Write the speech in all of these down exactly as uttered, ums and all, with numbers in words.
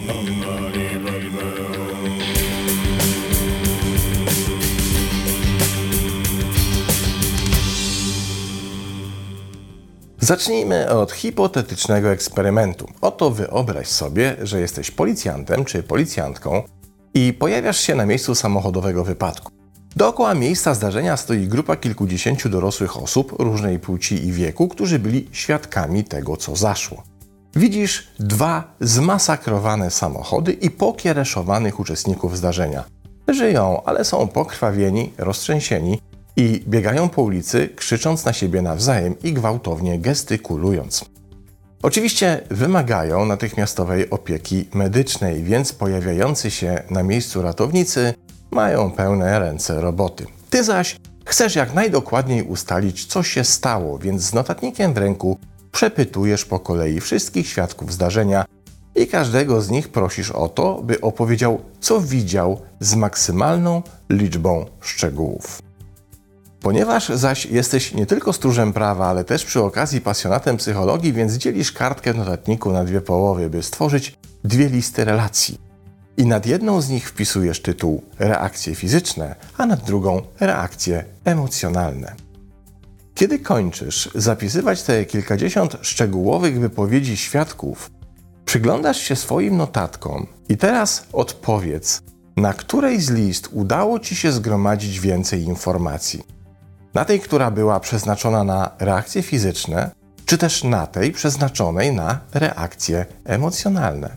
Zacznijmy od hipotetycznego eksperymentu. Oto wyobraź sobie, że jesteś policjantem czy policjantką i pojawiasz się na miejscu samochodowego wypadku. Dookoła miejsca zdarzenia stoi grupa kilkudziesięciu dorosłych osób różnej płci i wieku, którzy byli świadkami tego, co zaszło. Widzisz dwa zmasakrowane samochody i pokiereszowanych uczestników zdarzenia. Żyją, ale są pokrwawieni, roztrzęsieni i biegają po ulicy, krzycząc na siebie nawzajem i gwałtownie gestykulując. Oczywiście wymagają natychmiastowej opieki medycznej, więc pojawiający się na miejscu ratownicy mają pełne ręce roboty. Ty zaś chcesz jak najdokładniej ustalić, co się stało, więc z notatnikiem w ręku przepytujesz po kolei wszystkich świadków zdarzenia i każdego z nich prosisz o to, by opowiedział, co widział z maksymalną liczbą szczegółów. Ponieważ zaś jesteś nie tylko stróżem prawa, ale też przy okazji pasjonatem psychologii, więc dzielisz kartkę w notatniku na dwie połowy, by stworzyć dwie listy relacji. I nad jedną z nich wpisujesz tytuł reakcje fizyczne, a nad drugą reakcje emocjonalne. Kiedy kończysz zapisywać te kilkadziesiąt szczegółowych wypowiedzi świadków, przyglądasz się swoim notatkom i teraz odpowiedz, na której z list udało Ci się zgromadzić więcej informacji. Na tej, która była przeznaczona na reakcje fizyczne, czy też na tej przeznaczonej na reakcje emocjonalne.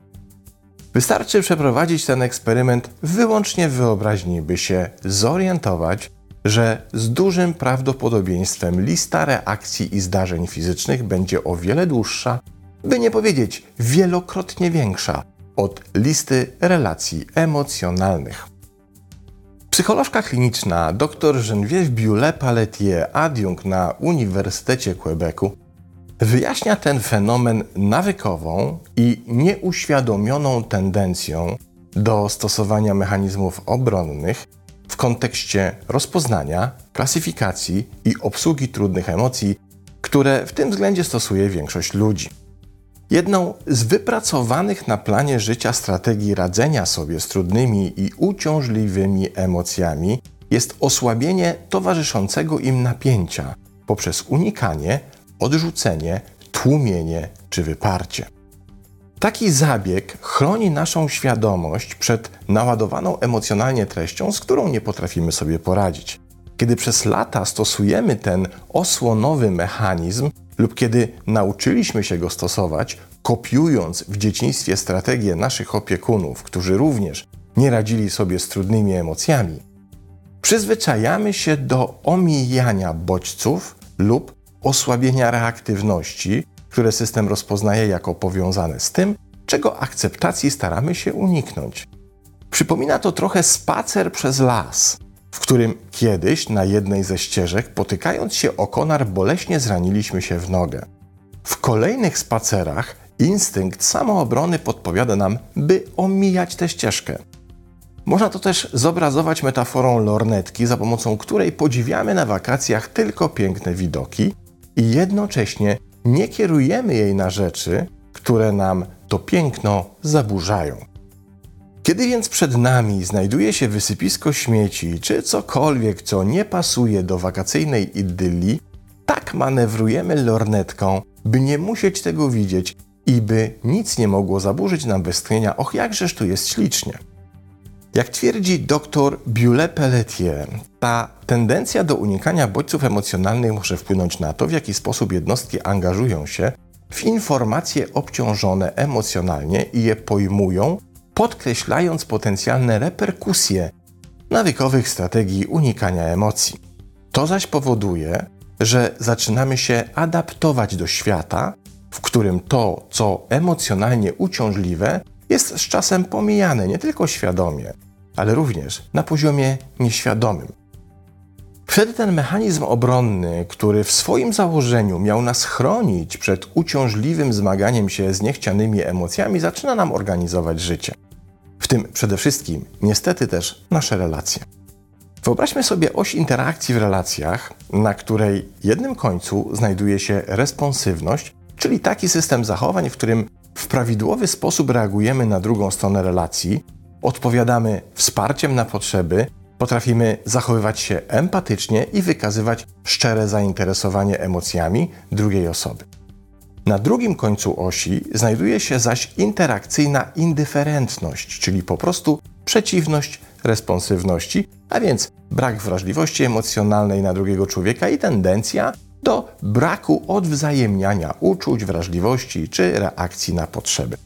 Wystarczy przeprowadzić ten eksperyment wyłącznie w wyobraźni, by się zorientować, że z dużym prawdopodobieństwem lista reakcji i zdarzeń fizycznych będzie o wiele dłuższa, by nie powiedzieć wielokrotnie większa od listy relacji emocjonalnych. Psycholożka kliniczna dr Geneviève Beaulet-Pelletier, adiunkt na Uniwersytecie Quebecu, wyjaśnia ten fenomen nawykową i nieuświadomioną tendencją do stosowania mechanizmów obronnych w kontekście rozpoznania, klasyfikacji i obsługi trudnych emocji, które w tym względzie stosuje większość ludzi. Jedną z wypracowanych na planie życia strategii radzenia sobie z trudnymi i uciążliwymi emocjami jest osłabienie towarzyszącego im napięcia poprzez unikanie, odrzucenie, tłumienie czy wyparcie. Taki zabieg chroni naszą świadomość przed naładowaną emocjonalnie treścią, z którą nie potrafimy sobie poradzić. Kiedy przez lata stosujemy ten osłonowy mechanizm lub kiedy nauczyliśmy się go stosować, kopiując w dzieciństwie strategie naszych opiekunów, którzy również nie radzili sobie z trudnymi emocjami, przyzwyczajamy się do omijania bodźców lub osłabienia reaktywności, które system rozpoznaje jako powiązane z tym, czego akceptacji staramy się uniknąć. Przypomina to trochę spacer przez las, w którym kiedyś na jednej ze ścieżek, potykając się o konar, boleśnie zraniliśmy się w nogę. W kolejnych spacerach instynkt samoobrony podpowiada nam, by omijać tę ścieżkę. Można to też zobrazować metaforą lornetki, za pomocą której podziwiamy na wakacjach tylko piękne widoki i jednocześnie nie kierujemy jej na rzeczy, które nam to piękno zaburzają. Kiedy więc przed nami znajduje się wysypisko śmieci czy cokolwiek, co nie pasuje do wakacyjnej idylii, tak manewrujemy lornetką, by nie musieć tego widzieć i by nic nie mogło zaburzyć nam westchnienia: och, jakżeż tu jest ślicznie. Jak twierdzi dr Beaulet-Pelletier, ta tendencja do unikania bodźców emocjonalnych może wpłynąć na to, w jaki sposób jednostki angażują się w informacje obciążone emocjonalnie i je pojmują, podkreślając potencjalne reperkusje nawykowych strategii unikania emocji. To zaś powoduje, że zaczynamy się adaptować do świata, w którym to, co emocjonalnie uciążliwe, jest z czasem pomijane nie tylko świadomie, ale również na poziomie nieświadomym. Wtedy ten mechanizm obronny, który w swoim założeniu miał nas chronić przed uciążliwym zmaganiem się z niechcianymi emocjami, zaczyna nam organizować życie. W tym przede wszystkim, niestety też, nasze relacje. Wyobraźmy sobie oś interakcji w relacjach, na której jednym końcu znajduje się responsywność, czyli taki system zachowań, w którym w prawidłowy sposób reagujemy na drugą stronę relacji, odpowiadamy wsparciem na potrzeby, potrafimy zachowywać się empatycznie i wykazywać szczere zainteresowanie emocjami drugiej osoby. Na drugim końcu osi znajduje się zaś interakcyjna indyferentność, czyli po prostu przeciwność responsywności, a więc brak wrażliwości emocjonalnej na drugiego człowieka i tendencja do braku odwzajemniania uczuć, wrażliwości czy reakcji na potrzeby.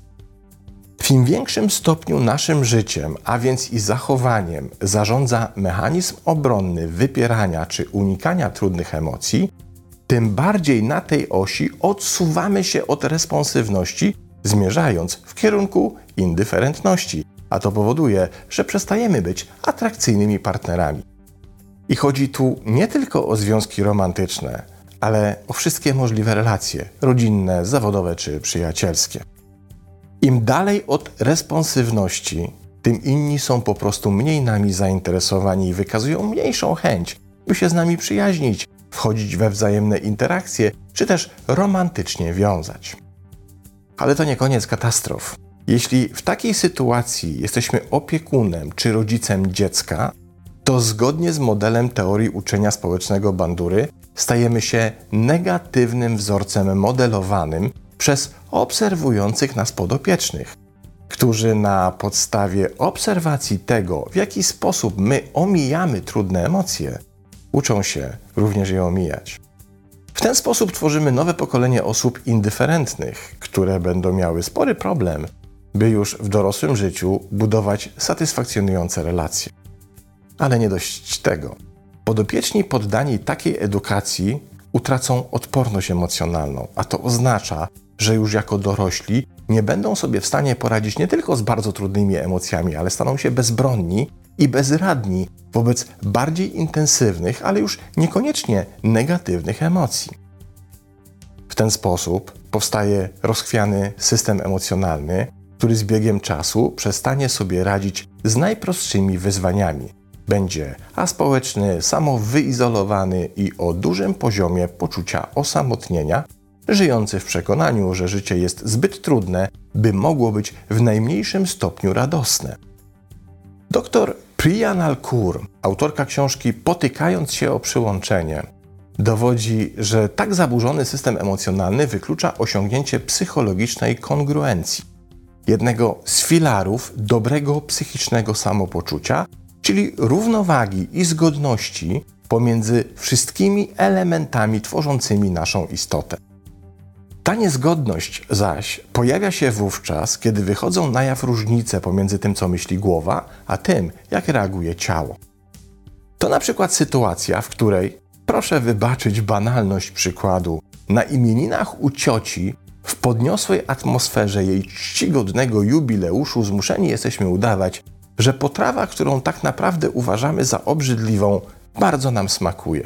W im większym stopniu naszym życiem, a więc i zachowaniem, zarządza mechanizm obronny wypierania czy unikania trudnych emocji, tym bardziej na tej osi odsuwamy się od responsywności, zmierzając w kierunku indyferentności, a to powoduje, że przestajemy być atrakcyjnymi partnerami. I chodzi tu nie tylko o związki romantyczne, ale o wszystkie możliwe relacje rodzinne, zawodowe czy przyjacielskie. Im dalej od responsywności, tym inni są po prostu mniej nami zainteresowani i wykazują mniejszą chęć, by się z nami przyjaźnić, wchodzić we wzajemne interakcje, czy też romantycznie wiązać. Ale to nie koniec katastrof. Jeśli w takiej sytuacji jesteśmy opiekunem czy rodzicem dziecka, to zgodnie z modelem teorii uczenia społecznego Bandury stajemy się negatywnym wzorcem modelowanym przez obserwujących nas podopiecznych, którzy na podstawie obserwacji tego, w jaki sposób my omijamy trudne emocje, uczą się również je omijać. W ten sposób tworzymy nowe pokolenie osób indyferentnych, które będą miały spory problem, by już w dorosłym życiu budować satysfakcjonujące relacje. Ale nie dość tego. Podopieczni poddani takiej edukacji utracą odporność emocjonalną, a to oznacza, że już jako dorośli nie będą sobie w stanie poradzić nie tylko z bardzo trudnymi emocjami, ale staną się bezbronni i bezradni wobec bardziej intensywnych, ale już niekoniecznie negatywnych emocji. W ten sposób powstaje rozchwiany system emocjonalny, który z biegiem czasu przestanie sobie radzić z najprostszymi wyzwaniami. Będzie aspołeczny, samowyizolowany i o dużym poziomie poczucia osamotnienia, żyjący w przekonaniu, że życie jest zbyt trudne, by mogło być w najmniejszym stopniu radosne. Doktor Priya Nalkur, autorka książki Potykając się o przyłączenie, dowodzi, że tak zaburzony system emocjonalny wyklucza osiągnięcie psychologicznej kongruencji, jednego z filarów dobrego psychicznego samopoczucia, czyli równowagi i zgodności pomiędzy wszystkimi elementami tworzącymi naszą istotę. Ta niezgodność zaś pojawia się wówczas, kiedy wychodzą na jaw różnice pomiędzy tym, co myśli głowa, a tym, jak reaguje ciało. To na przykład sytuacja, w której, proszę wybaczyć banalność przykładu, na imieninach u cioci w podniosłej atmosferze jej czcigodnego jubileuszu zmuszeni jesteśmy udawać, że potrawa, którą tak naprawdę uważamy za obrzydliwą, bardzo nam smakuje.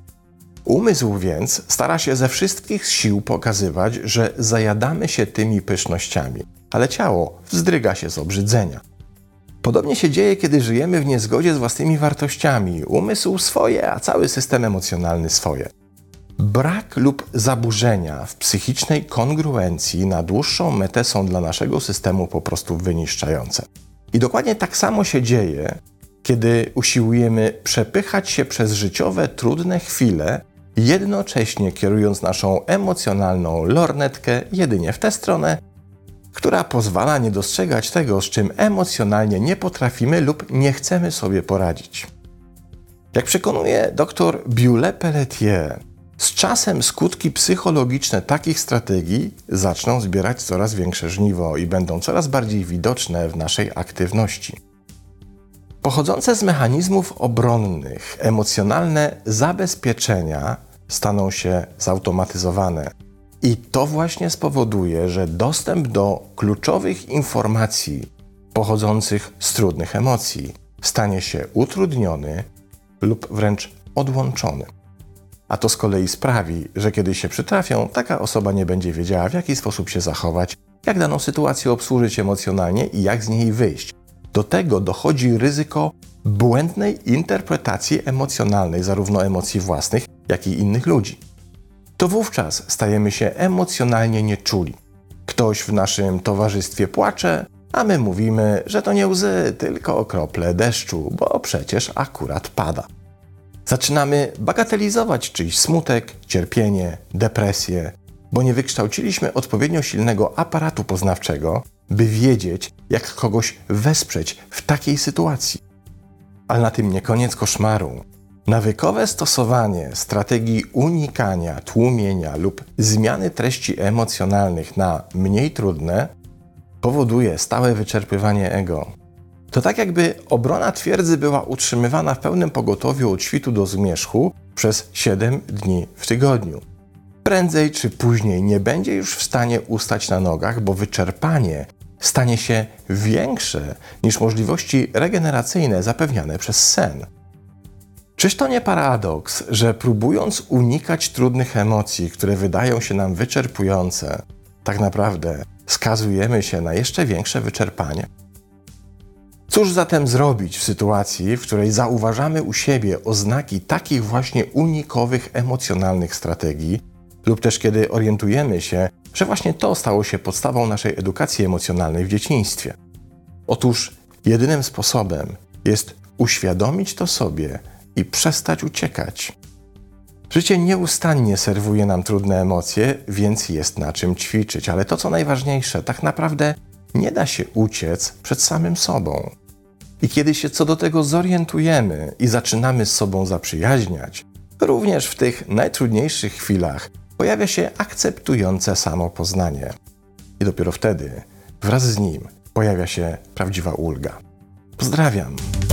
Umysł więc stara się ze wszystkich sił pokazywać, że zajadamy się tymi pysznościami, ale ciało wzdryga się z obrzydzenia. Podobnie się dzieje, kiedy żyjemy w niezgodzie z własnymi wartościami, umysł swoje, a cały system emocjonalny swoje. Brak lub zaburzenia w psychicznej kongruencji na dłuższą metę są dla naszego systemu po prostu wyniszczające. I dokładnie tak samo się dzieje, kiedy usiłujemy przepychać się przez życiowe, trudne chwile, jednocześnie kierując naszą emocjonalną lornetkę jedynie w tę stronę, która pozwala nie dostrzegać tego, z czym emocjonalnie nie potrafimy lub nie chcemy sobie poradzić. Jak przekonuje dr Bewley-Pelletier, z czasem skutki psychologiczne takich strategii zaczną zbierać coraz większe żniwo i będą coraz bardziej widoczne w naszej aktywności. Pochodzące z mechanizmów obronnych emocjonalne zabezpieczenia staną się zautomatyzowane. I to właśnie spowoduje, że dostęp do kluczowych informacji pochodzących z trudnych emocji stanie się utrudniony lub wręcz odłączony. A to z kolei sprawi, że kiedy się przytrafią, taka osoba nie będzie wiedziała, w jaki sposób się zachować, jak daną sytuację obsłużyć emocjonalnie i jak z niej wyjść. Do tego dochodzi ryzyko błędnej interpretacji emocjonalnej zarówno emocji własnych, jak i innych ludzi. To wówczas stajemy się emocjonalnie nieczuli. Ktoś w naszym towarzystwie płacze, a my mówimy, że to nie łzy, tylko krople deszczu, bo przecież akurat pada. Zaczynamy bagatelizować czyjś smutek, cierpienie, depresję, bo nie wykształciliśmy odpowiednio silnego aparatu poznawczego, by wiedzieć, jak kogoś wesprzeć w takiej sytuacji. Ale na tym nie koniec koszmaru. Nawykowe stosowanie strategii unikania, tłumienia lub zmiany treści emocjonalnych na mniej trudne powoduje stałe wyczerpywanie ego. To tak jakby obrona twierdzy była utrzymywana w pełnym pogotowiu od świtu do zmierzchu przez siedem dni w tygodniu. Prędzej czy później nie będzie już w stanie ustać na nogach, bo wyczerpanie stanie się większe niż możliwości regeneracyjne zapewniane przez sen. Czyż to nie paradoks, że próbując unikać trudnych emocji, które wydają się nam wyczerpujące, tak naprawdę skazujemy się na jeszcze większe wyczerpanie? Cóż zatem zrobić w sytuacji, w której zauważamy u siebie oznaki takich właśnie unikowych emocjonalnych strategii, lub też kiedy orientujemy się, że właśnie to stało się podstawą naszej edukacji emocjonalnej w dzieciństwie? Otóż jedynym sposobem jest uświadomić to sobie i przestać uciekać. Życie nieustannie serwuje nam trudne emocje, więc jest na czym ćwiczyć, ale to co najważniejsze, tak naprawdę nie da się uciec przed samym sobą. I kiedy się co do tego zorientujemy i zaczynamy z sobą zaprzyjaźniać, również w tych najtrudniejszych chwilach pojawia się akceptujące samopoznanie. I dopiero wtedy, wraz z nim, pojawia się prawdziwa ulga. Pozdrawiam!